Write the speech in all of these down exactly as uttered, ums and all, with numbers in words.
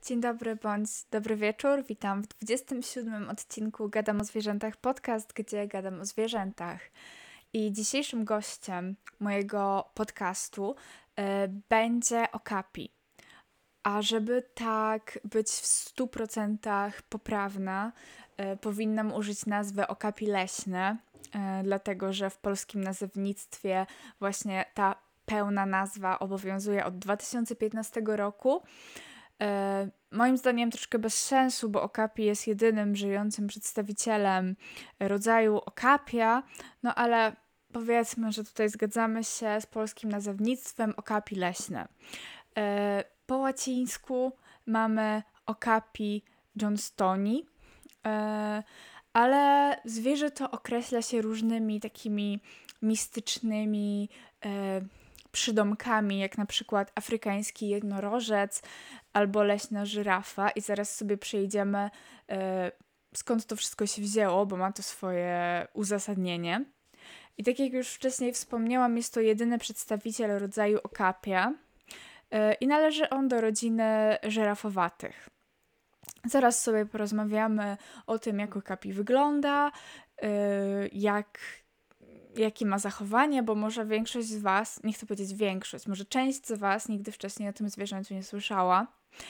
Dzień dobry bądź dobry wieczór. Witam w dwudziestym siódmym odcinku Gadam o zwierzętach podcast, gdzie gadam o zwierzętach. I dzisiejszym gościem mojego podcastu y, będzie okapi. A żeby tak być w stu procentach poprawna, y, powinnam użyć nazwy okapi leśne, y, dlatego że w polskim nazewnictwie właśnie ta pełna nazwa obowiązuje od dwa tysiące piętnastego roku. E, moim zdaniem troszkę bez sensu, bo okapi jest jedynym żyjącym przedstawicielem rodzaju okapia, no ale powiedzmy, że tutaj zgadzamy się z polskim nazewnictwem okapi leśne. E, po łacińsku mamy okapi johnstoni, e, ale zwierzę to określa się różnymi takimi mistycznymi e, przydomkami, jak na przykład afrykański jednorożec albo leśna żyrafa i zaraz sobie przejdziemy, e, skąd to wszystko się wzięło, bo ma to swoje uzasadnienie. I tak jak już wcześniej wspomniałam, jest to jedyny przedstawiciel rodzaju okapia e, i należy on do rodziny żyrafowatych. Zaraz sobie porozmawiamy o tym, jak okapi wygląda, e, jak jakie ma zachowanie, bo może większość z was, nie chcę powiedzieć większość, może część z was nigdy wcześniej o tym zwierzęciu nie słyszała.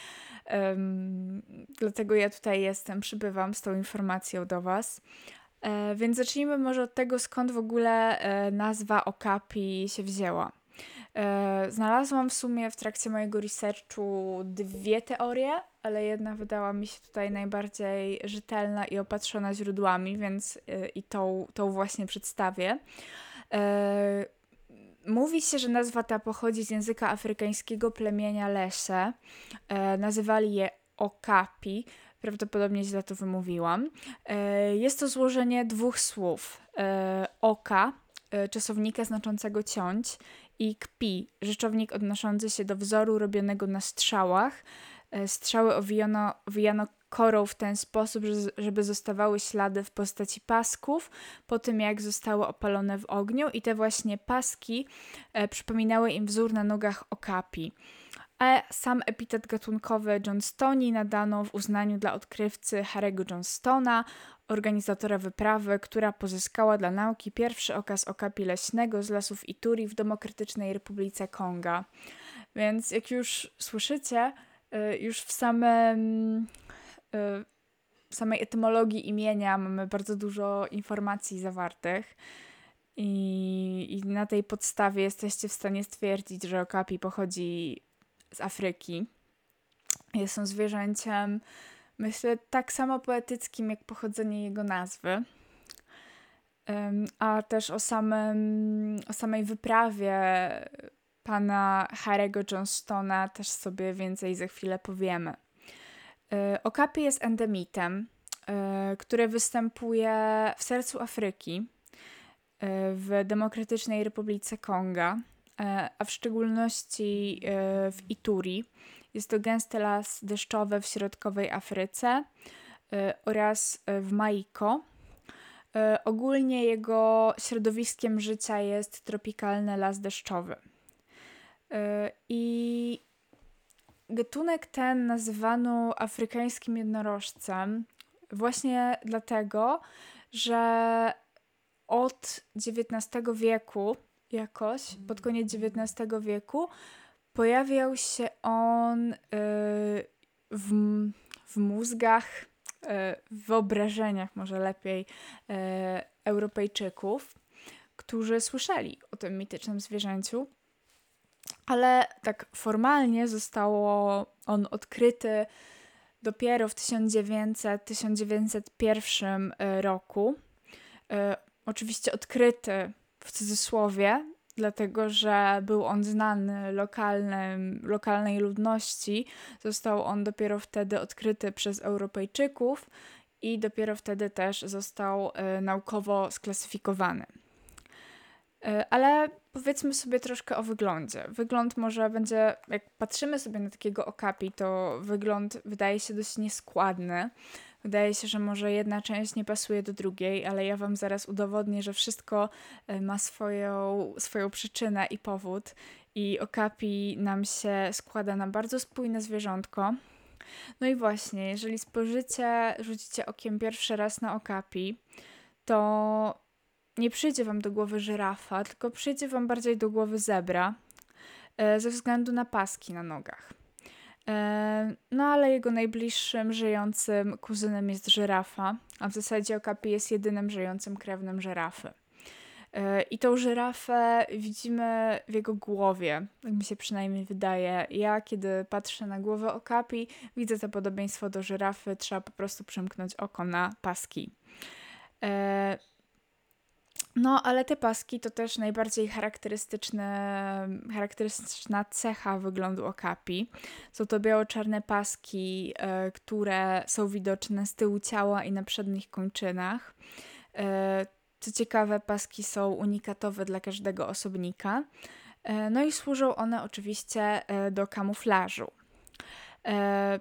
Um, dlatego ja tutaj jestem, przybywam z tą informacją do was. E, więc zacznijmy może od tego, skąd w ogóle e, nazwa okapi się wzięła. E, znalazłam w sumie w trakcie mojego researchu dwie teorie, ale jedna wydała mi się tutaj najbardziej rzetelna i opatrzona źródłami, więc e, i tą, tą właśnie przedstawię. E, mówi się, że nazwa ta pochodzi z języka afrykańskiego plemienia Lesze. E, nazywali je okapi. Prawdopodobnie źle to wymówiłam. E, jest to złożenie dwóch słów. E, oka, e, czasownika znaczącego ciąć, i kpi, rzeczownik odnoszący się do wzoru robionego na strzałach. E, strzały owijano, owijano korą w ten sposób, żeby zostawały ślady w postaci pasków po tym, jak zostały opalone w ogniu, i te właśnie paski e, przypominały im wzór na nogach okapi. A sam epitet gatunkowy Johnstoni nadano w uznaniu dla odkrywcy Harry'ego Johnstona, organizatora wyprawy, która pozyskała dla nauki pierwszy okaz okapi leśnego z lasów Ituri w Demokratycznej Republice Konga. Więc jak już słyszycie, już w samym, w samej etymologii imienia mamy bardzo dużo informacji zawartych. I, I na tej podstawie jesteście w stanie stwierdzić, że okapi pochodzi z Afryki. Jest on zwierzęciem, myślę, tak samo poetyckim jak pochodzenie jego nazwy. Um, a też o, samym, o samej wyprawie pana Harry'ego Johnstona też sobie więcej za chwilę powiemy. E, okapi jest endemitem, e, który występuje w sercu Afryki, e, w Demokratycznej Republice Konga, a w szczególności w Ituri. Jest to gęsty las deszczowy w środkowej Afryce oraz w Maiko. Ogólnie jego środowiskiem życia jest tropikalny las deszczowy. I gatunek ten nazywano afrykańskim jednorożcem właśnie dlatego, że od dziewiętnastego wieku jakoś, pod koniec dziewiętnastego wieku, pojawiał się on y, w, w mózgach, y, w wyobrażeniach może lepiej, y, Europejczyków, którzy słyszeli o tym mitycznym zwierzęciu, ale tak formalnie zostało on odkryty dopiero w tysiąc dziewięćset do tysiąc dziewięćset jeden roku. Y, oczywiście odkryty w cudzysłowie, dlatego że był on znany lokalnym, lokalnej ludności. Został on dopiero wtedy odkryty przez Europejczyków i dopiero wtedy też został y, naukowo sklasyfikowany. Y, ale powiedzmy sobie troszkę o wyglądzie. Wygląd może będzie, jak patrzymy sobie na takiego okapi, to wygląd wydaje się dość nieskładny. Wydaje się, że może jedna część nie pasuje do drugiej, ale ja wam zaraz udowodnię, że wszystko ma swoją, swoją przyczynę i powód. I okapi nam się składa na bardzo spójne zwierzątko. No i właśnie, jeżeli spojrzycie, rzucicie okiem pierwszy raz na okapi, to nie przyjdzie wam do głowy żyrafa, tylko przyjdzie wam bardziej do głowy zebra, e, ze względu na paski na nogach. E, no ale jego najbliższym żyjącym kuzynem jest żyrafa, a w zasadzie okapi jest jedynym żyjącym krewnym żyrafy. E, I tą żyrafę widzimy w jego głowie, tak mi się przynajmniej wydaje. Ja, kiedy patrzę na głowę okapi, widzę to podobieństwo do żyrafy, trzeba po prostu przymknąć oko na paski. E, No, ale te paski to też najbardziej charakterystyczne, charakterystyczna cecha wyglądu okapi. Są to biało-czarne paski, e, które są widoczne z tyłu ciała i na przednich kończynach. E, co ciekawe, paski są unikatowe dla każdego osobnika. E, no i służą one oczywiście e, do kamuflażu. E,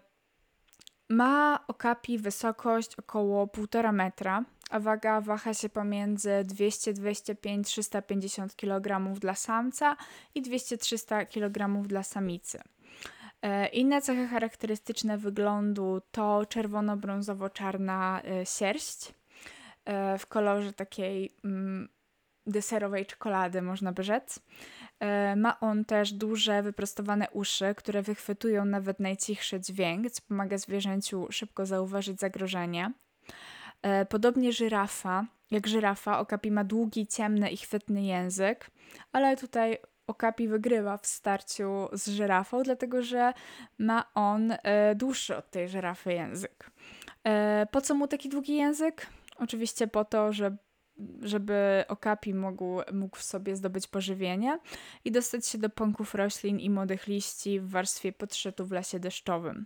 ma okapi wysokość około półtora metra, a waga waha się pomiędzy dwieście, dwieście pięć, trzysta pięćdziesiąt kilogramów dla samca i dwieście, trzysta kilogramów dla samicy. E, inne cechy charakterystyczne wyglądu to czerwono-brązowo-czarna e, sierść e, w kolorze takiej mm, deserowej czekolady, można by rzec. E, ma on też duże, wyprostowane uszy, które wychwytują nawet najcichszy dźwięk, co pomaga zwierzęciu szybko zauważyć zagrożenie. E, podobnie żyrafa, jak żyrafa, okapi ma długi, ciemny i chwytny język, ale tutaj okapi wygrywa w starciu z żyrafą, dlatego że ma on e, dłuższy od tej żyrafy język. E, po co mu taki długi język? Oczywiście po to, że żeby okapi mógł, mógł w sobie zdobyć pożywienie i dostać się do pąków roślin i młodych liści w warstwie podszytu w lesie deszczowym.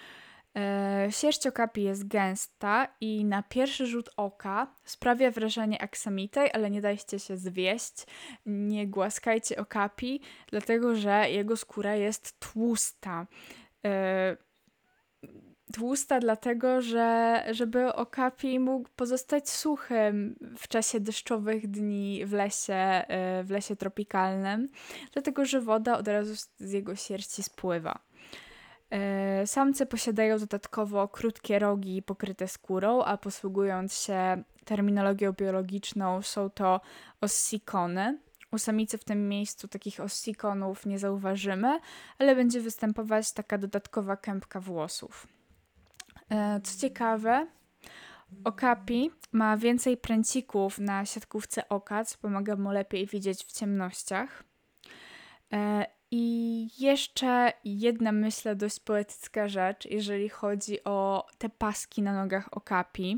E, sierść okapi jest gęsta i na pierwszy rzut oka sprawia wrażenie aksamitej, ale nie dajcie się zwieść, nie głaskajcie okapi, dlatego że jego skóra jest tłusta. E, Tłusta dlatego, że żeby okapi mógł pozostać suchym w czasie deszczowych dni w lesie, w lesie tropikalnym, dlatego że woda od razu z jego sierści spływa. Samce posiadają dodatkowo krótkie rogi pokryte skórą, a posługując się terminologią biologiczną są to ossikony. U samicy w tym miejscu takich ossikonów nie zauważymy, ale będzie występować taka dodatkowa kępka włosów. Co ciekawe, okapi ma więcej pręcików na siatkówce oka, co pomaga mu lepiej widzieć w ciemnościach. I jeszcze jedna, myślę, dość poetycka rzecz, jeżeli chodzi o te paski na nogach okapi,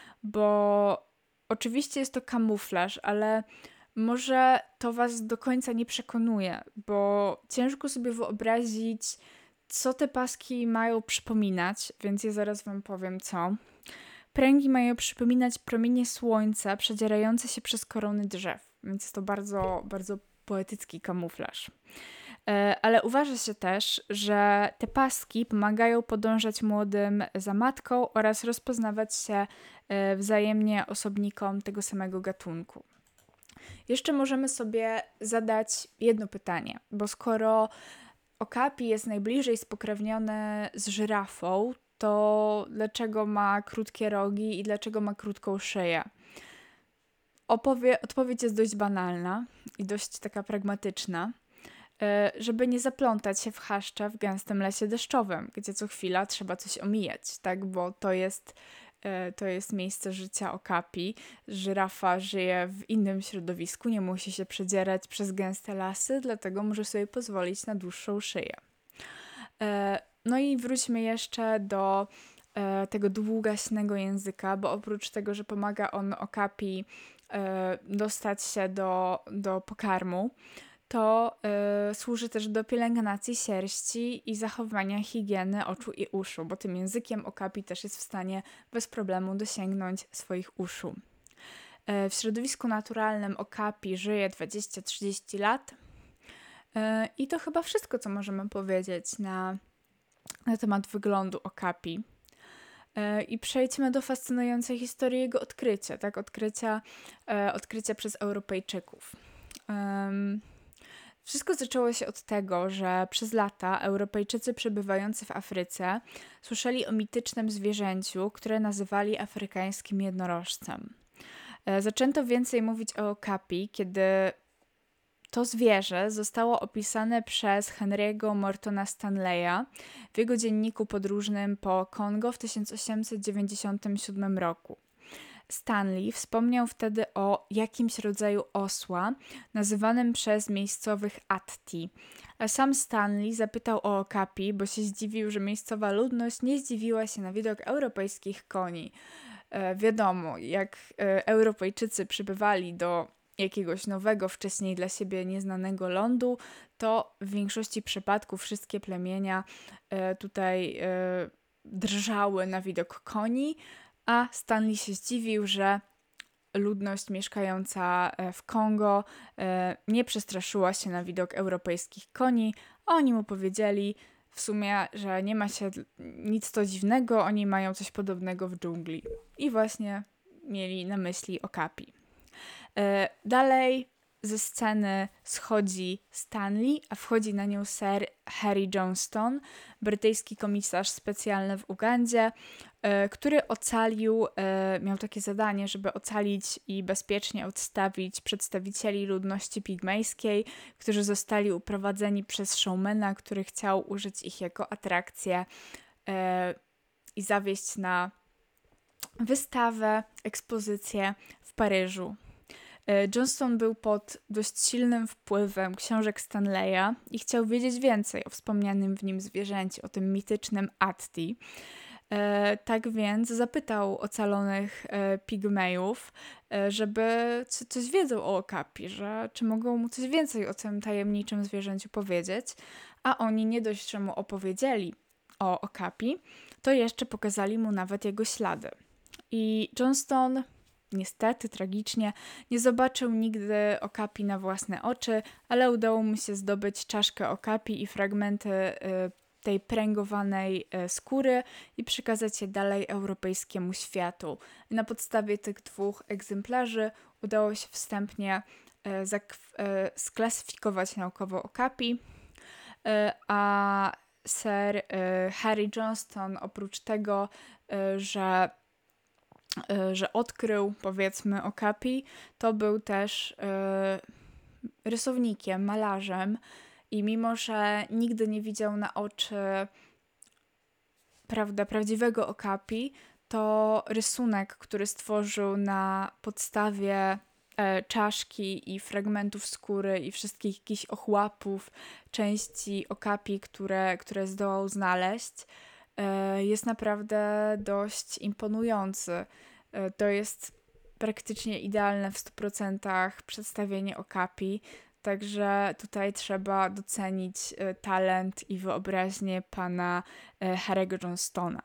bo oczywiście jest to kamuflaż, ale może to was do końca nie przekonuje, bo ciężko sobie wyobrazić, co te paski mają przypominać, więc ja zaraz wam powiem co. Pręgi mają przypominać promienie słońca przedzierające się przez korony drzew, więc jest to bardzo, bardzo poetycki kamuflaż. Ale uważa się też, że te paski pomagają podążać młodym za matką oraz rozpoznawać się wzajemnie osobnikom tego samego gatunku. Jeszcze możemy sobie zadać jedno pytanie, bo skoro okapi jest najbliżej spokrewniony z żyrafą, to dlaczego ma krótkie rogi i dlaczego ma krótką szyję? Opowie- odpowiedź jest dość banalna i dość taka pragmatyczna. Żeby nie zaplątać się w chaszcze w gęstym lesie deszczowym, gdzie co chwila trzeba coś omijać, tak? Bo to jest, to jest miejsce życia okapi. Żyrafa żyje w innym środowisku, nie musi się przedzierać przez gęste lasy, dlatego może sobie pozwolić na dłuższą szyję. No i wróćmy jeszcze do tego długaśnego języka, bo oprócz tego, że pomaga on okapi dostać się do, do pokarmu, to y, służy też do pielęgnacji sierści i zachowania higieny oczu i uszu, bo tym językiem okapi też jest w stanie bez problemu dosięgnąć swoich uszu. Y, w środowisku naturalnym okapi żyje dwadzieścia do trzydziestu lat y, i to chyba wszystko, co możemy powiedzieć na, na temat wyglądu okapi. Y, I przejdźmy do fascynującej historii jego odkrycia, tak? Odkrycia, y, odkrycia przez Europejczyków. Um, Wszystko zaczęło się od tego, że przez lata Europejczycy przebywający w Afryce słyszeli o mitycznym zwierzęciu, które nazywali afrykańskim jednorożcem. E, Zaczęto więcej mówić o okapi, kiedy to zwierzę zostało opisane przez Henry'ego Mortona Stanleya w jego dzienniku podróżnym po Kongo w tysiąc osiemset dziewięćdziesiątym siódmym roku. Stanley wspomniał wtedy o jakimś rodzaju osła, nazywanym przez miejscowych Atti. A sam Stanley zapytał o okapi, bo się zdziwił, że miejscowa ludność nie zdziwiła się na widok europejskich koni. E, wiadomo, jak e, Europejczycy przybywali do jakiegoś nowego, wcześniej dla siebie nieznanego lądu, to w większości przypadków wszystkie plemienia e, tutaj e, drżały na widok koni, a Stanley się zdziwił, że ludność mieszkająca w Kongo e, nie przestraszyła się na widok europejskich koni, a oni mu powiedzieli w sumie, że nie ma się nic to dziwnego, oni mają coś podobnego w dżungli. I właśnie mieli na myśli okapi. E, dalej ze sceny schodzi Stanley, a wchodzi na nią Sir Harry Johnston, brytyjski komisarz specjalny w Ugandzie, e, który ocalił, e, miał takie zadanie, żeby ocalić i bezpiecznie odstawić przedstawicieli ludności pigmejskiej, którzy zostali uprowadzeni przez showmana, który chciał użyć ich jako atrakcję e, i zawieźć na wystawę, ekspozycję w Paryżu. Johnston był pod dość silnym wpływem książek Stanleya i chciał wiedzieć więcej o wspomnianym w nim zwierzęciu, o tym mitycznym Atti. E, tak więc zapytał ocalonych e, pigmejów, e, żeby c- coś wiedzą o okapi, że czy mogą mu coś więcej o tym tajemniczym zwierzęciu powiedzieć, a oni nie dość, że mu opowiedzieli o okapi, to jeszcze pokazali mu nawet jego ślady. I Johnston niestety, tragicznie, nie zobaczył nigdy okapi na własne oczy, ale udało mu się zdobyć czaszkę okapi i fragmenty y, tej pręgowanej y, skóry i przekazać je dalej europejskiemu światu. Na podstawie tych dwóch egzemplarzy udało się wstępnie y, zakw- y, sklasyfikować naukowo okapi, y, a Sir y, Harry Johnston oprócz tego, y, że że odkrył, powiedzmy, okapi, to był też y, rysownikiem, malarzem i mimo, że nigdy nie widział na oczy prawda, prawdziwego okapi, to rysunek, który stworzył na podstawie e, czaszki i fragmentów skóry i wszystkich jakichś ochłapów, części okapi, które, które zdołał znaleźć, e, jest naprawdę dość imponujący. E, to jest praktycznie idealne w stu procentach przedstawienie okapi, także tutaj trzeba docenić e, talent i wyobraźnię pana e, Harry'ego Johnstona.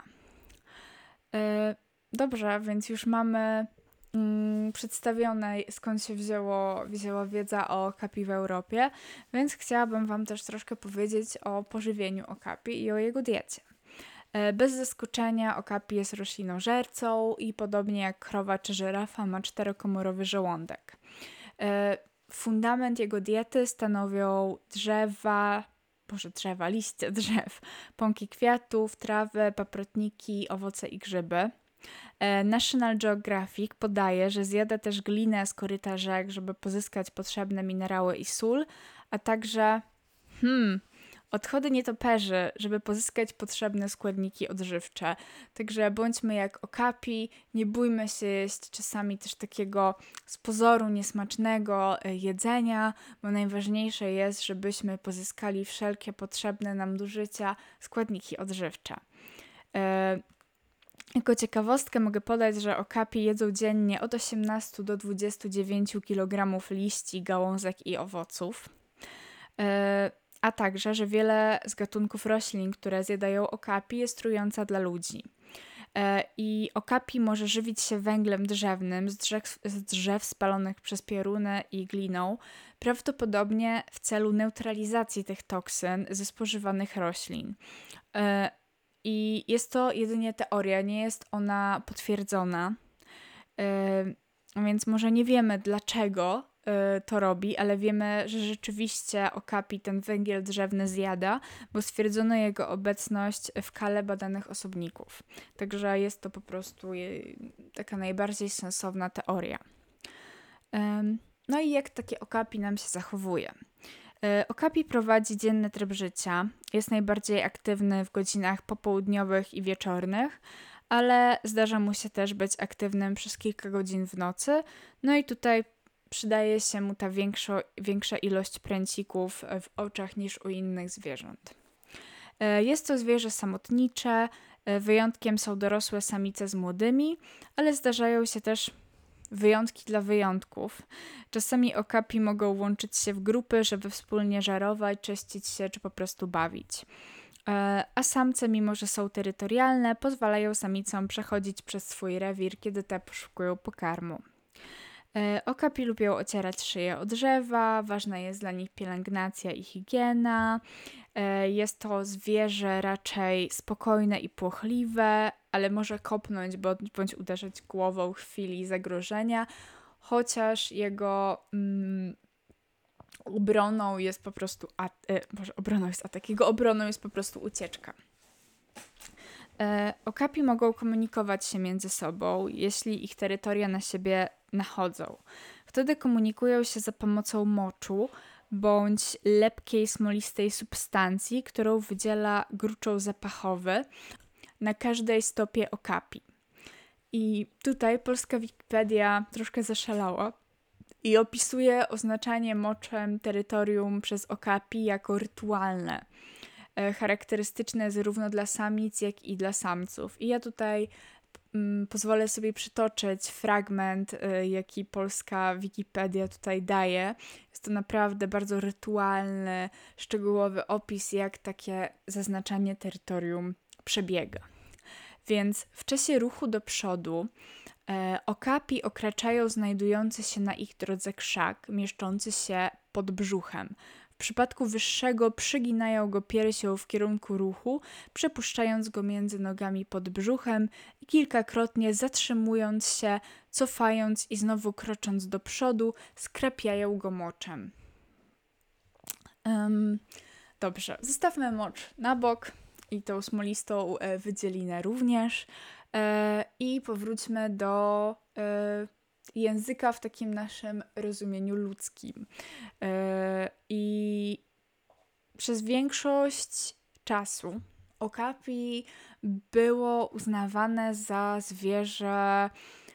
E, dobrze, więc już mamy mm, przedstawione, skąd się wzięło, wzięła wiedza o okapi w Europie, więc chciałabym wam też troszkę powiedzieć o pożywieniu okapi i o jego diecie. E, bez zaskoczenia okapi jest roślinożercą i podobnie jak krowa czy żyrafa ma czterokomorowy żołądek. E, fundament jego diety stanowią drzewa, boże drzewa, liście drzew, pąki kwiatów, trawy, paprotniki, owoce i grzyby. E, National Geographic podaje, że zjada też glinę z koryta rzek, żeby pozyskać potrzebne minerały i sól, a także hmm, odchody nietoperzy, żeby pozyskać potrzebne składniki odżywcze. Także bądźmy jak okapi, nie bójmy się jeść czasami też takiego z pozoru niesmacznego jedzenia, bo najważniejsze jest, żebyśmy pozyskali wszelkie potrzebne nam do życia składniki odżywcze. E- Jako ciekawostkę mogę podać, że okapi jedzą dziennie od osiemnastu do dwudziestu dziewięciu kilogramów liści, gałązek i owoców. E- A także, że wiele z gatunków roślin, które zjadają okapi, jest trująca dla ludzi. E, I okapi może żywić się węglem drzewnym z drzew, z drzew spalonych przez pioruny i gliną, prawdopodobnie w celu neutralizacji tych toksyn ze spożywanych roślin. E, I jest to jedynie teoria, nie jest ona potwierdzona. E, Więc może nie wiemy, dlaczego y, to robi, ale wiemy, że rzeczywiście okapi ten węgiel drzewny zjada, bo stwierdzono jego obecność w kale badanych osobników. Także jest to po prostu y, taka najbardziej sensowna teoria. Ym, no i jak takie okapi nam się zachowuje? Y, okapi prowadzi dzienny tryb życia, jest najbardziej aktywny w godzinach popołudniowych i wieczornych, ale zdarza mu się też być aktywnym przez kilka godzin w nocy. No i tutaj przydaje się mu ta większo, większa ilość pręcików w oczach niż u innych zwierząt. Jest to zwierzę samotnicze, wyjątkiem są dorosłe samice z młodymi, ale zdarzają się też wyjątki dla wyjątków. Czasami okapi mogą łączyć się w grupy, żeby wspólnie żerować, czyścić się czy po prostu bawić. A samce, mimo że są terytorialne, pozwalają samicom przechodzić przez swój rewir, kiedy te poszukują pokarmu. Okapi lubią ocierać szyję o drzewa, ważna jest dla nich pielęgnacja i higiena. Jest to zwierzę raczej spokojne i płochliwe, ale może kopnąć bądź uderzyć głową w chwili zagrożenia, chociaż jego mm, obroną jest po prostu a, e, Boże, obroną jest atak, jego obroną jest po prostu ucieczka. E, okapi mogą komunikować się między sobą, jeśli ich terytoria na siebie nachodzą. Wtedy komunikują się za pomocą moczu bądź lepkiej, smolistej substancji, którą wydziela gruczoł zapachowy na każdej stopie okapi. I tutaj polska Wikipedia troszkę zaszalała i opisuje oznaczanie moczem terytorium przez okapi jako rytualne, e, charakterystyczne zarówno dla samic, jak i dla samców. I ja tutaj mm, pozwolę sobie przytoczyć fragment, y, jaki polska Wikipedia tutaj daje. Jest to naprawdę bardzo rytualny, szczegółowy opis, jak takie zaznaczanie terytorium przebiega. Więc w czasie ruchu do przodu e, okapi okraczają znajdujący się na ich drodze krzak, mieszczący się pod brzuchem. W przypadku wyższego przyginają go piersią w kierunku ruchu, przepuszczając go między nogami pod brzuchem i kilkakrotnie zatrzymując się, cofając i znowu krocząc do przodu, skrapiają go moczem. Um, dobrze, zostawmy mocz na bok i tą smolistą e, wydzielinę również e, i powróćmy do e, języka w takim naszym rozumieniu ludzkim. E, I przez większość czasu okapi było uznawane za zwierzę,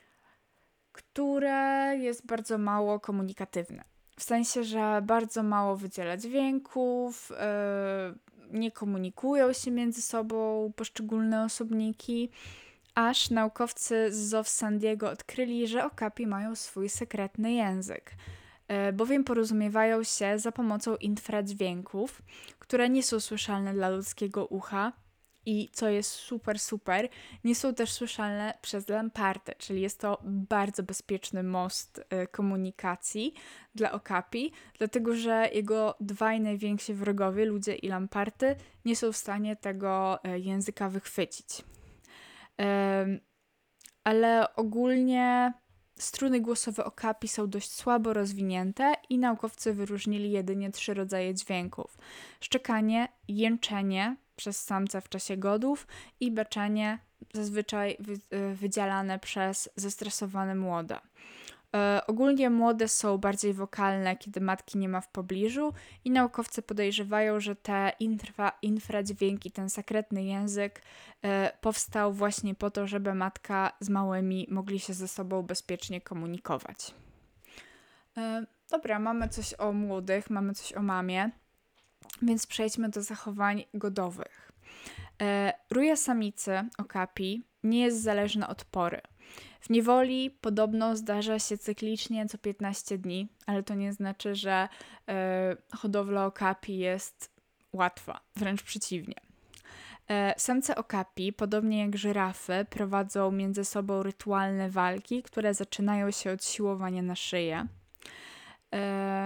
które jest bardzo mało komunikatywne. W sensie, że bardzo mało wydziela dźwięków, yy, nie komunikują się między sobą poszczególne osobniki, aż naukowcy z Zoo w San Diego odkryli, że okapi mają swój sekretny język, yy, bowiem porozumiewają się za pomocą infradźwięków, które nie są słyszalne dla ludzkiego ucha i co jest super, super, nie są też słyszalne przez lampartę, czyli jest to bardzo bezpieczny most y, komunikacji dla okapi, dlatego że jego dwaj najwięksi wrogowie, ludzie i lamparty, nie są w stanie tego y, języka wychwycić. Y, ale ogólnie struny głosowe okapi są dość słabo rozwinięte i naukowcy wyróżnili jedynie trzy rodzaje dźwięków: szczekanie, jęczenie przez samca w czasie godów i beczenie, zazwyczaj wy, wydzielane przez zestresowane młode. E, ogólnie młode są bardziej wokalne, kiedy matki nie ma w pobliżu i naukowcy podejrzewają, że te infra, infradźwięki, ten sekretny język e, powstał właśnie po to, żeby matka z małymi mogli się ze sobą bezpiecznie komunikować. E, dobra, mamy coś o młodych, mamy coś o mamie. Więc przejdźmy do zachowań godowych. E, ruja samicy okapi nie jest zależna od pory. W niewoli podobno zdarza się cyklicznie co piętnaście dni, ale to nie znaczy, że e, hodowla okapi jest łatwa, wręcz przeciwnie. E, samce okapi, podobnie jak żyrafy, prowadzą między sobą rytualne walki, które zaczynają się od siłowania na szyję. E,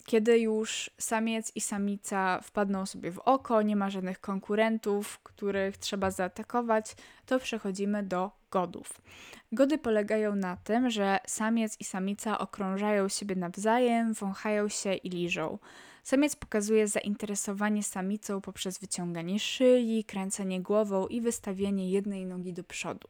kiedy już samiec i samica wpadną sobie w oko, nie ma żadnych konkurentów, których trzeba zaatakować, to przechodzimy do godów. Gody polegają na tym, że samiec i samica okrążają siebie nawzajem, wąchają się i liżą. Samiec pokazuje zainteresowanie samicą poprzez wyciąganie szyi, kręcenie głową i wystawienie jednej nogi do przodu.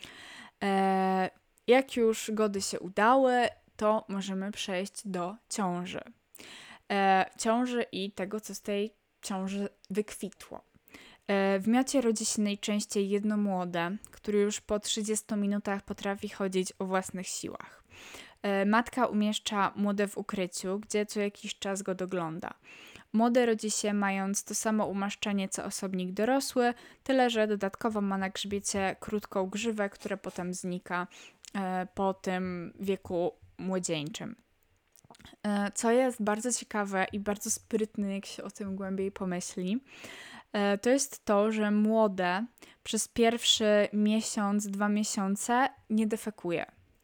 Eee, jak już gody się udały, to możemy przejść do ciąży. E, ciąży i tego, co z tej ciąży wykwitło. E, w miocie rodzi się najczęściej jedno młode, które już po trzydziestu minutach potrafi chodzić o własnych siłach. E, matka umieszcza młode w ukryciu, gdzie co jakiś czas go dogląda. Młode rodzi się mając to samo umaszczenie co osobnik dorosły, tyle że dodatkowo ma na grzbiecie krótką grzywę, która potem znika e, po tym wieku młodzieńczym. E, co jest bardzo ciekawe i bardzo sprytne, jak się o tym głębiej pomyśli, e, to jest to, że młode przez pierwszy miesiąc, dwa miesiące nie defekuje.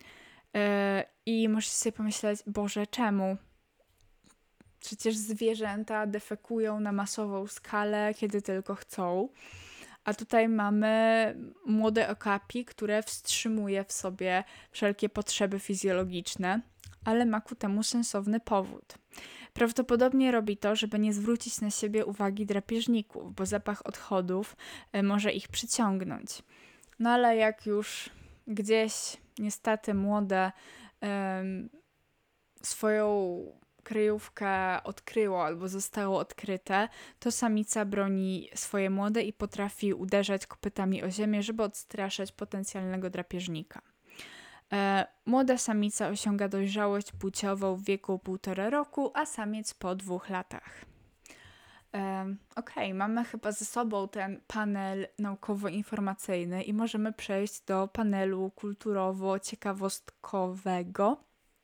E, I możecie sobie pomyśleć, Boże, czemu? Przecież zwierzęta defekują na masową skalę, kiedy tylko chcą. A tutaj mamy młode okapi, które wstrzymuje w sobie wszelkie potrzeby fizjologiczne, ale ma ku temu sensowny powód. Prawdopodobnie robi to, żeby nie zwrócić na siebie uwagi drapieżników, bo zapach odchodów może ich przyciągnąć. No ale jak już gdzieś niestety młode um, swoją kryjówkę odkryło albo zostało odkryte, to samica broni swoje młode i potrafi uderzać kopytami o ziemię, żeby odstraszać potencjalnego drapieżnika. E, młoda samica osiąga dojrzałość płciową w wieku półtora roku, a samiec po dwóch latach. E, Okej, okay, mamy chyba ze sobą ten panel naukowo-informacyjny i możemy przejść do panelu kulturowo-ciekawostkowego.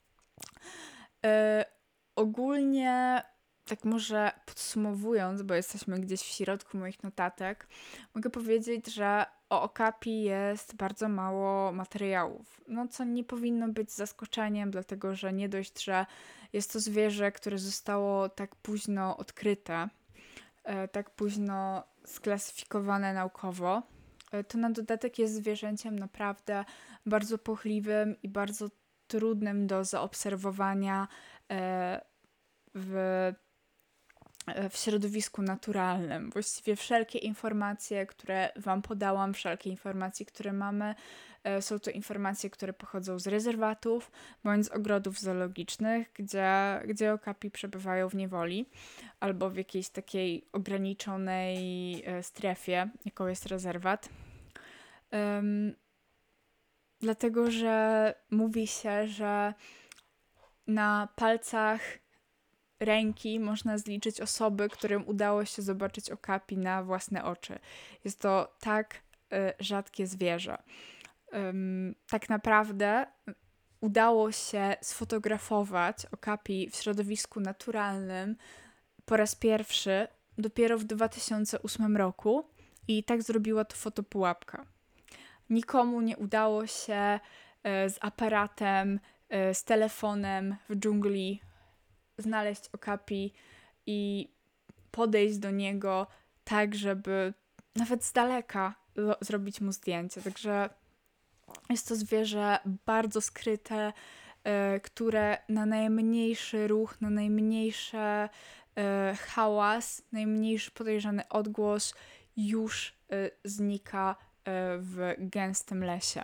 E, ogólnie, tak może podsumowując, bo jesteśmy gdzieś w środku moich notatek, mogę powiedzieć, że o okapi jest bardzo mało materiałów, no co nie powinno być zaskoczeniem, dlatego że nie dość, że jest to zwierzę, które zostało tak późno odkryte, e, tak późno sklasyfikowane naukowo, e, to na dodatek jest zwierzęciem naprawdę bardzo płochliwym i bardzo trudnym do zaobserwowania e, w w środowisku naturalnym. Właściwie wszelkie informacje, które Wam podałam, wszelkie informacje, które mamy, są to informacje, które pochodzą z rezerwatów bądź z ogrodów zoologicznych, gdzie, gdzie okapi przebywają w niewoli albo w jakiejś takiej ograniczonej strefie, jaką jest rezerwat. Um, dlatego, że mówi się, że na palcach ręki można zliczyć osoby, którym udało się zobaczyć okapi na własne oczy. Jest to tak y, rzadkie zwierzę. Ym, tak naprawdę udało się sfotografować okapi w środowisku naturalnym po raz pierwszy dopiero w dwa tysiące ósmym roku i tak zrobiła to fotopułapka. Nikomu nie udało się y, z aparatem, y, z telefonem w dżungli znaleźć okapi i podejść do niego tak, żeby nawet z daleka lo- zrobić mu zdjęcie. Także jest to zwierzę bardzo skryte, y, które na najmniejszy ruch, na najmniejszy y, hałas, najmniejszy podejrzany odgłos już y, znika y, w gęstym lesie.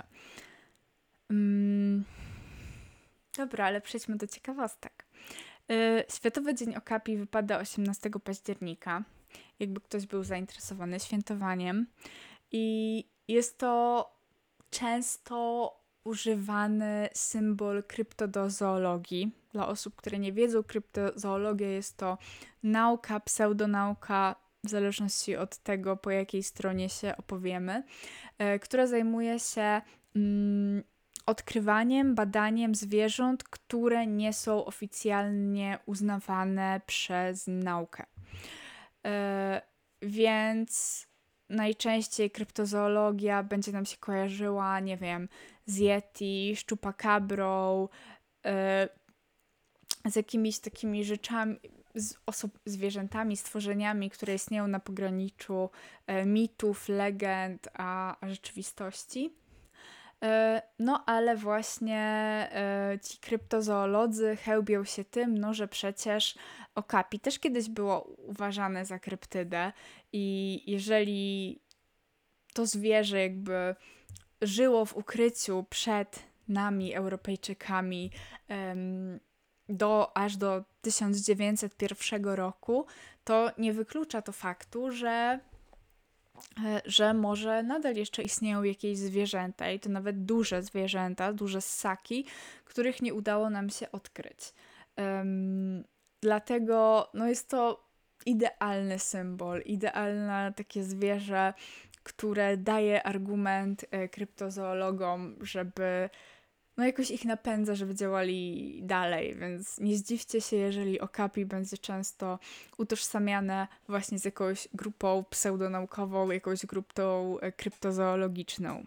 Mm. Dobra, ale przejdźmy do ciekawostek. Światowy Dzień Okapi wypada osiemnastego października, jakby ktoś był zainteresowany świętowaniem. I jest to często używany symbol kryptozoologii. Dla osób, które nie wiedzą, kryptozoologia jest to nauka, pseudonauka, w zależności od tego, po jakiej stronie się opowiemy, która zajmuje się mm, odkrywaniem, badaniem zwierząt, które nie są oficjalnie uznawane przez naukę. Yy, więc najczęściej kryptozoologia będzie nam się kojarzyła, nie wiem, z Yeti, szczupakabrą, yy, z jakimiś takimi rzeczami, z oso- zwierzętami, stworzeniami, które istnieją na pograniczu e, mitów, legend, a, a rzeczywistości. E, No ale właśnie e, ci kryptozoolodzy chełbią się tym, no, że przecież okapi też kiedyś było uważane za kryptydę i jeżeli to zwierzę jakby żyło w ukryciu przed nami, Europejczykami, em, do, aż do tysiąc dziewięćset pierwszego roku, to nie wyklucza to faktu, że e, że może nadal jeszcze istnieją jakieś zwierzęta i to nawet duże zwierzęta, duże ssaki, których nie udało nam się odkryć. Um, dlatego no jest to idealny symbol, idealne takie zwierzę, które daje argument e, kryptozoologom, żeby no jakoś ich napędza, żeby działali dalej, więc nie zdziwcie się, jeżeli okapi będzie często utożsamiane właśnie z jakąś grupą pseudonaukową, jakąś grupą e, kryptozoologiczną.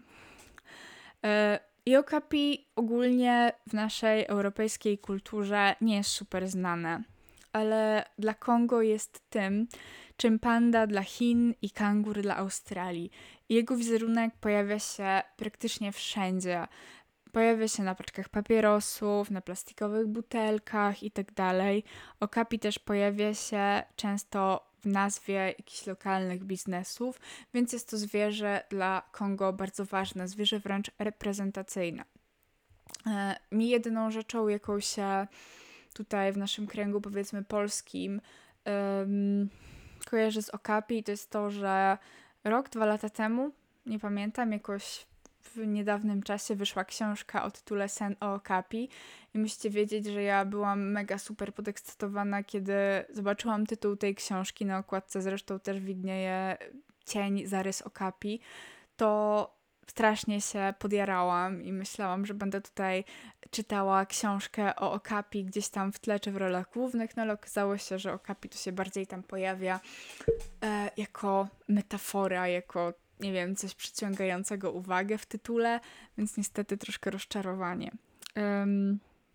E, I okapi ogólnie w naszej europejskiej kulturze nie jest super znane, ale dla Kongo jest tym, czym panda dla Chin i kangur dla Australii. I jego wizerunek pojawia się praktycznie wszędzie. Pojawia się na paczkach papierosów, na plastikowych butelkach itd. Okapi też pojawia się często w nazwie jakichś lokalnych biznesów, więc jest to zwierzę dla Kongo bardzo ważne, zwierzę wręcz reprezentacyjne. E, mi jedyną rzeczą, jaką się tutaj w naszym kręgu, powiedzmy polskim, um, kojarzy z okapi, to jest to, że rok, dwa lata temu, nie pamiętam, jakoś w niedawnym czasie wyszła książka o tytule Sen o okapi i musicie wiedzieć, że ja byłam mega super podekscytowana, kiedy zobaczyłam tytuł tej książki, na okładce zresztą też widnieje cień, zarys okapi, to strasznie się podjarałam i myślałam, że będę tutaj czytała książkę o okapi gdzieś tam w tle czy w rolach głównych, no ale okazało się, że okapi tu się bardziej tam pojawia e, jako metafora, jako nie wiem, coś przyciągającego uwagę w tytule, więc niestety troszkę rozczarowanie. Um,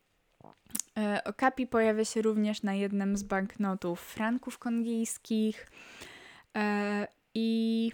e, okapi pojawia się również na jednym z banknotów franków kongijskich e, i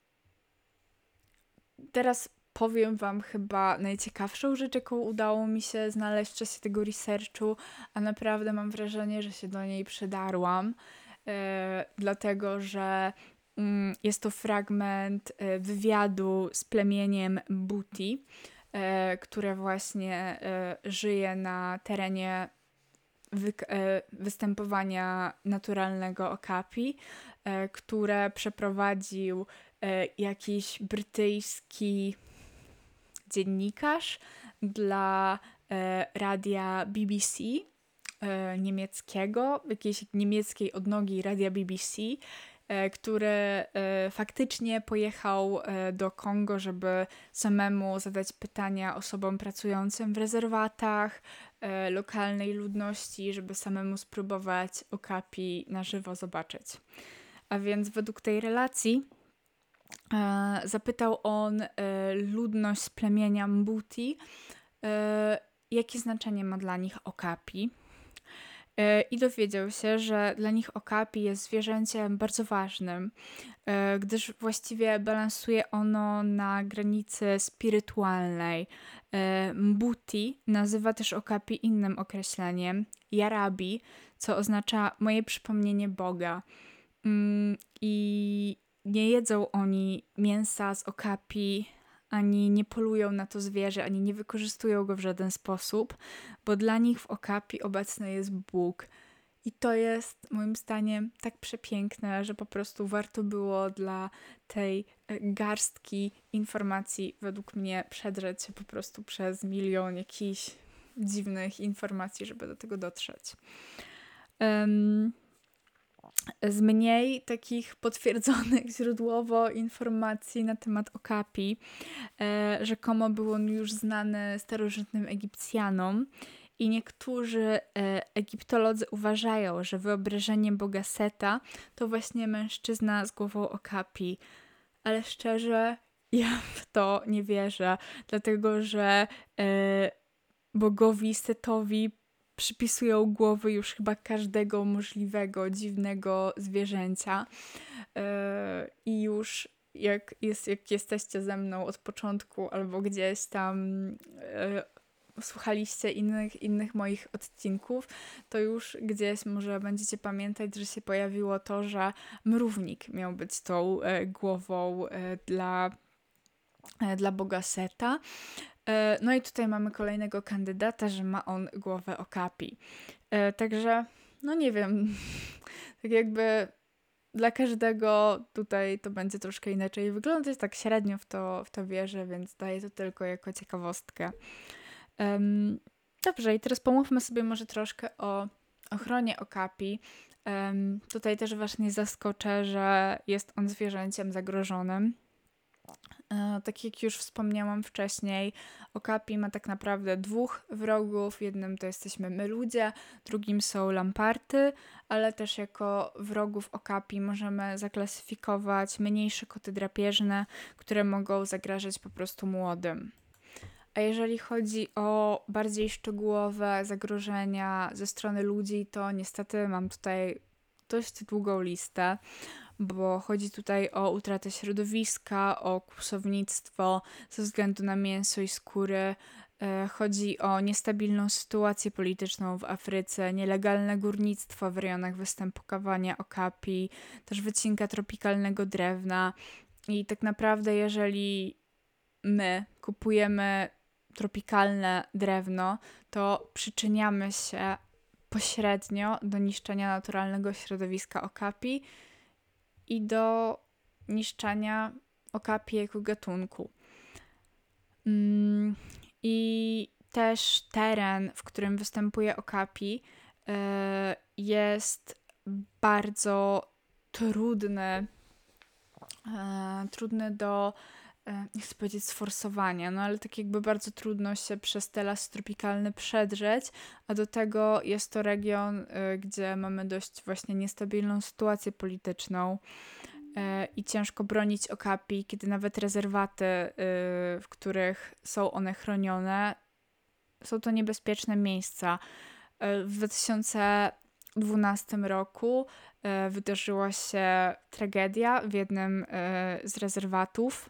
teraz powiem wam chyba najciekawszą rzecz, jaką udało mi się znaleźć w czasie tego researchu, a naprawdę mam wrażenie, że się do niej przydarłam, e, dlatego że mm, jest to fragment e, wywiadu z plemieniem Mbuti, e, które właśnie e, żyje na terenie wy- e, występowania naturalnego okapi, e, które przeprowadził e, jakiś brytyjski dziennikarz dla e, radia B B C e, niemieckiego, jakiejś niemieckiej odnogi radia B B C, e, który e, faktycznie pojechał e, do Kongo, żeby samemu zadać pytania osobom pracującym w rezerwatach, e, lokalnej ludności, żeby samemu spróbować okapi na żywo zobaczyć. A więc według tej relacji E, zapytał on e, ludność z plemienia Mbuti, e, jakie znaczenie ma dla nich okapi. E, I dowiedział się, że dla nich okapi jest zwierzęciem bardzo ważnym, e, gdyż właściwie balansuje ono na granicy spirytualnej. E, Mbuti nazywa też okapi innym określeniem, Yarabi, co oznacza moje przypomnienie Boga. Mm, I nie jedzą oni mięsa z okapi, ani nie polują na to zwierzę, ani nie wykorzystują go w żaden sposób, bo dla nich w okapi obecny jest Bóg. I to jest moim zdaniem tak przepiękne, że po prostu warto było dla tej e, garstki informacji według mnie przedrzeć się po prostu przez milion jakichś dziwnych informacji, żeby do tego dotrzeć. Um, Z mniej takich potwierdzonych źródłowo informacji na temat okapi, e, rzekomo był on już znany starożytnym Egipcjanom i niektórzy e, egiptolodzy uważają, że wyobrażenie boga Seta to właśnie mężczyzna z głową okapi. Ale szczerze, ja w to nie wierzę, dlatego że e, bogowi Setowi przypisują głowy już chyba każdego możliwego, dziwnego zwierzęcia. I już jak, jest, jak jesteście ze mną od początku albo gdzieś tam słuchaliście innych, innych moich odcinków, to już gdzieś może będziecie pamiętać, że się pojawiło to, że mrównik miał być tą e, głową e, dla, e, dla boga Seta. E, no i tutaj mamy kolejnego kandydata, że ma on głowę Okapi. E, także, no nie wiem, tak jakby dla każdego tutaj to będzie troszkę inaczej wyglądać, tak średnio w to, w to wierzę, więc daję to tylko jako ciekawostkę. Um, dobrze, i teraz pomówmy sobie może troszkę o ochronie Okapi. Um, tutaj też was nie zaskoczę, że jest on zwierzęciem zagrożonym. E, tak jak już wspomniałam wcześniej, Okapi ma tak naprawdę dwóch wrogów. Jednym to jesteśmy my ludzie, drugim są lamparty, ale też jako wrogów Okapi możemy zaklasyfikować mniejsze koty drapieżne, które mogą zagrażać po prostu młodym. A jeżeli chodzi o bardziej szczegółowe zagrożenia ze strony ludzi, to niestety mam tutaj dość długą listę, bo chodzi tutaj o utratę środowiska, o kłusownictwo ze względu na mięso i skóry. Chodzi o niestabilną sytuację polityczną w Afryce, nielegalne górnictwo w rejonach występowania Okapi, też wycinka tropikalnego drewna. I tak naprawdę jeżeli my kupujemy tropikalne drewno, to przyczyniamy się pośrednio do niszczenia naturalnego środowiska Okapi i do niszczenia Okapi jako gatunku. Mm, I też teren, w którym występuje Okapi, yy, jest bardzo trudny, yy, trudny do nie chcę powiedzieć sforsowania, no ale tak jakby bardzo trudno się przez te lasy tropikalne przedrzeć, a do tego jest to region, y, gdzie mamy dość właśnie niestabilną sytuację polityczną y, i ciężko bronić Okapi, kiedy nawet rezerwaty, y, w których są one chronione, są to niebezpieczne miejsca. Y, w dwa tysiące dwunastym roku y, wydarzyła się tragedia w jednym y, z rezerwatów.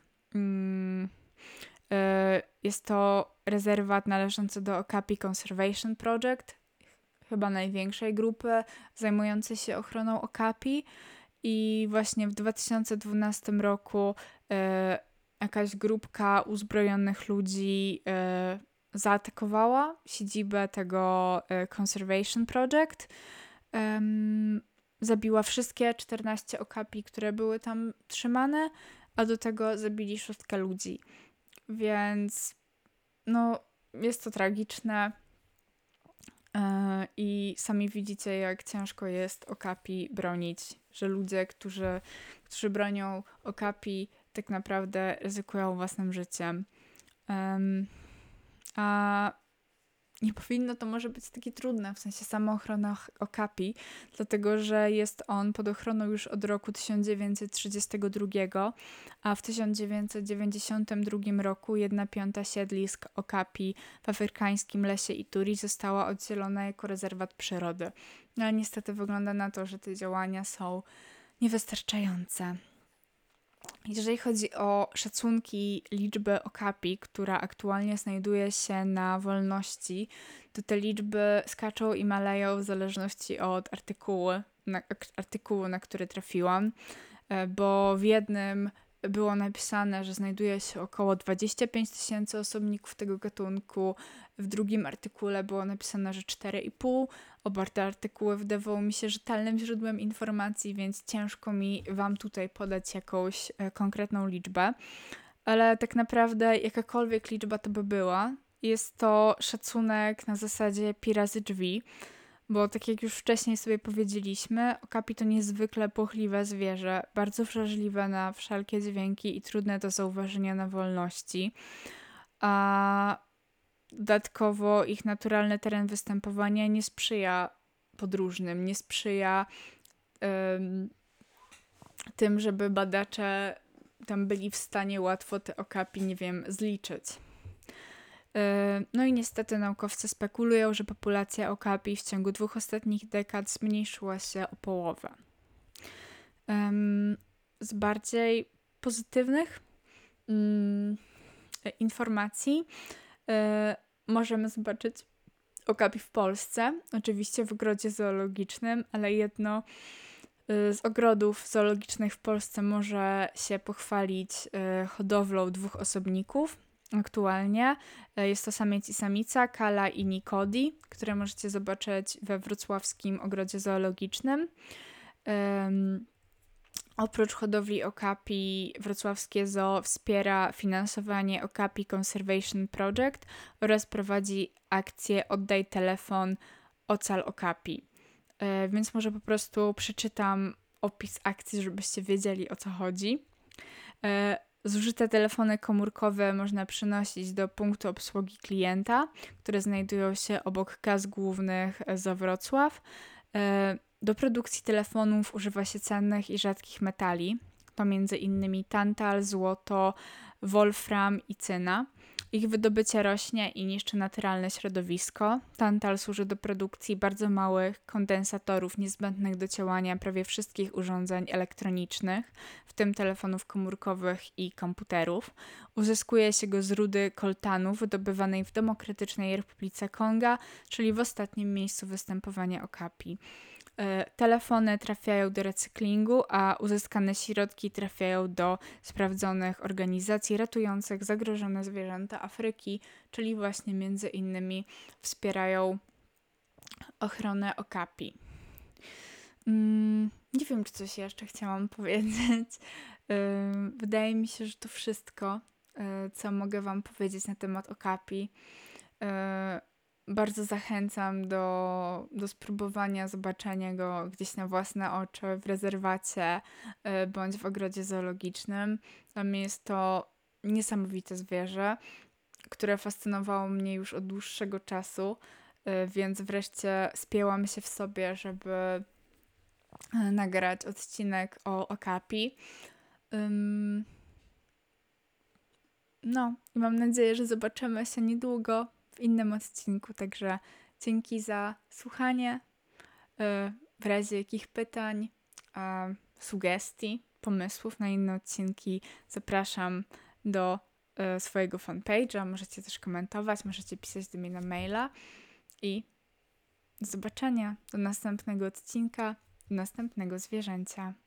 Jest to rezerwat należący do Okapi Conservation Project, chyba największej grupy zajmującej się ochroną Okapi. I właśnie w dwa tysiące dwunastym roku e, jakaś grupka uzbrojonych ludzi e, zaatakowała siedzibę tego e, Conservation Project. E, zabiła wszystkie czternaście Okapi, które były tam trzymane, a do tego zabili szóstkę ludzi. Więc no jest to tragiczne yy, i sami widzicie, jak ciężko jest Okapi bronić, że ludzie, którzy, którzy bronią Okapi, tak naprawdę ryzykują własnym życiem. Yy, a nie powinno to może być takie trudne, w sensie sama ochrona Okapi, dlatego że jest on pod ochroną już od roku tysiąc dziewięćset trzydziestego drugiego, a w tysiąc dziewięćset dziewięćdziesiątym drugim roku jedna piąta siedlisk Okapi w afrykańskim lesie Ituri została oddzielona jako rezerwat przyrody. No ale niestety wygląda na to, że te działania są niewystarczające. Jeżeli chodzi o szacunki liczby Okapi, która aktualnie znajduje się na wolności, to te liczby skaczą i maleją w zależności od artykułu, na, artykułu, na który trafiłam, bo w jednym było napisane, że znajduje się około dwadzieścia pięć tysięcy osobników tego gatunku, w drugim artykule było napisane, że cztery i pół. Oba te artykuły wydawało mi się rzetelnym źródłem informacji, więc ciężko mi wam tutaj podać jakąś e, konkretną liczbę. Ale tak naprawdę jakakolwiek liczba to by była, jest to szacunek na zasadzie pi razy drzwi, bo tak jak już wcześniej sobie powiedzieliśmy, Okapi to niezwykle płochliwe zwierzę, bardzo wrażliwe na wszelkie dźwięki i trudne do zauważenia na wolności. A dodatkowo ich naturalny teren występowania nie sprzyja podróżnym, nie sprzyja um, tym, żeby badacze tam byli w stanie łatwo te Okapi, nie wiem, zliczyć. No i niestety naukowcy spekulują, że populacja okapi w ciągu dwóch ostatnich dekad zmniejszyła się o połowę. Z bardziej pozytywnych mm, informacji możemy zobaczyć okapi w Polsce, oczywiście w ogrodzie zoologicznym, ale jedno z ogrodów zoologicznych w Polsce może się pochwalić hodowlą dwóch osobników. Aktualnie jest to samiec i samica, Kala i Nikodi, które możecie zobaczyć we wrocławskim ogrodzie zoologicznym. Um, oprócz hodowli okapi, wrocławskie zoo wspiera finansowanie Okapi Conservation Project oraz prowadzi akcję Oddaj telefon, ocal okapi. Yy, więc może po prostu przeczytam opis akcji, żebyście wiedzieli, o co chodzi. Yy, Zużyte telefony komórkowe można przynosić do punktu obsługi klienta, które znajdują się obok kas głównych Zoo Wrocław. Do produkcji telefonów używa się cennych i rzadkich metali. To między innymi tantal, złoto, wolfram i cyna. Ich wydobycie rośnie i niszczy naturalne środowisko. Tantal służy do produkcji bardzo małych kondensatorów niezbędnych do działania prawie wszystkich urządzeń elektronicznych, w tym telefonów komórkowych i komputerów. Uzyskuje się go z rudy koltanu wydobywanej w Demokratycznej Republice Konga, czyli w ostatnim miejscu występowania okapi. Telefony trafiają do recyklingu, a uzyskane środki trafiają do sprawdzonych organizacji ratujących zagrożone zwierzęta Afryki, czyli właśnie między innymi wspierają ochronę okapi. Hmm, nie wiem, czy coś jeszcze chciałam powiedzieć. Wydaje mi się, że to wszystko, co mogę wam powiedzieć na temat okapi. Bardzo zachęcam do, do spróbowania zobaczenia go gdzieś na własne oczy w rezerwacie y, bądź w ogrodzie zoologicznym. Dla mnie jest to niesamowite zwierzę, które fascynowało mnie już od dłuższego czasu, y, więc wreszcie spięłam się w sobie, żeby y, nagrać odcinek o okapi. Ym... No i mam nadzieję, że zobaczymy się niedługo w innym odcinku, także dzięki za słuchanie. W razie jakich pytań, sugestii, pomysłów na inne odcinki zapraszam do swojego fanpage'a. Możecie też komentować, możecie pisać do mnie na maila i do zobaczenia, do następnego odcinka, do następnego zwierzęcia.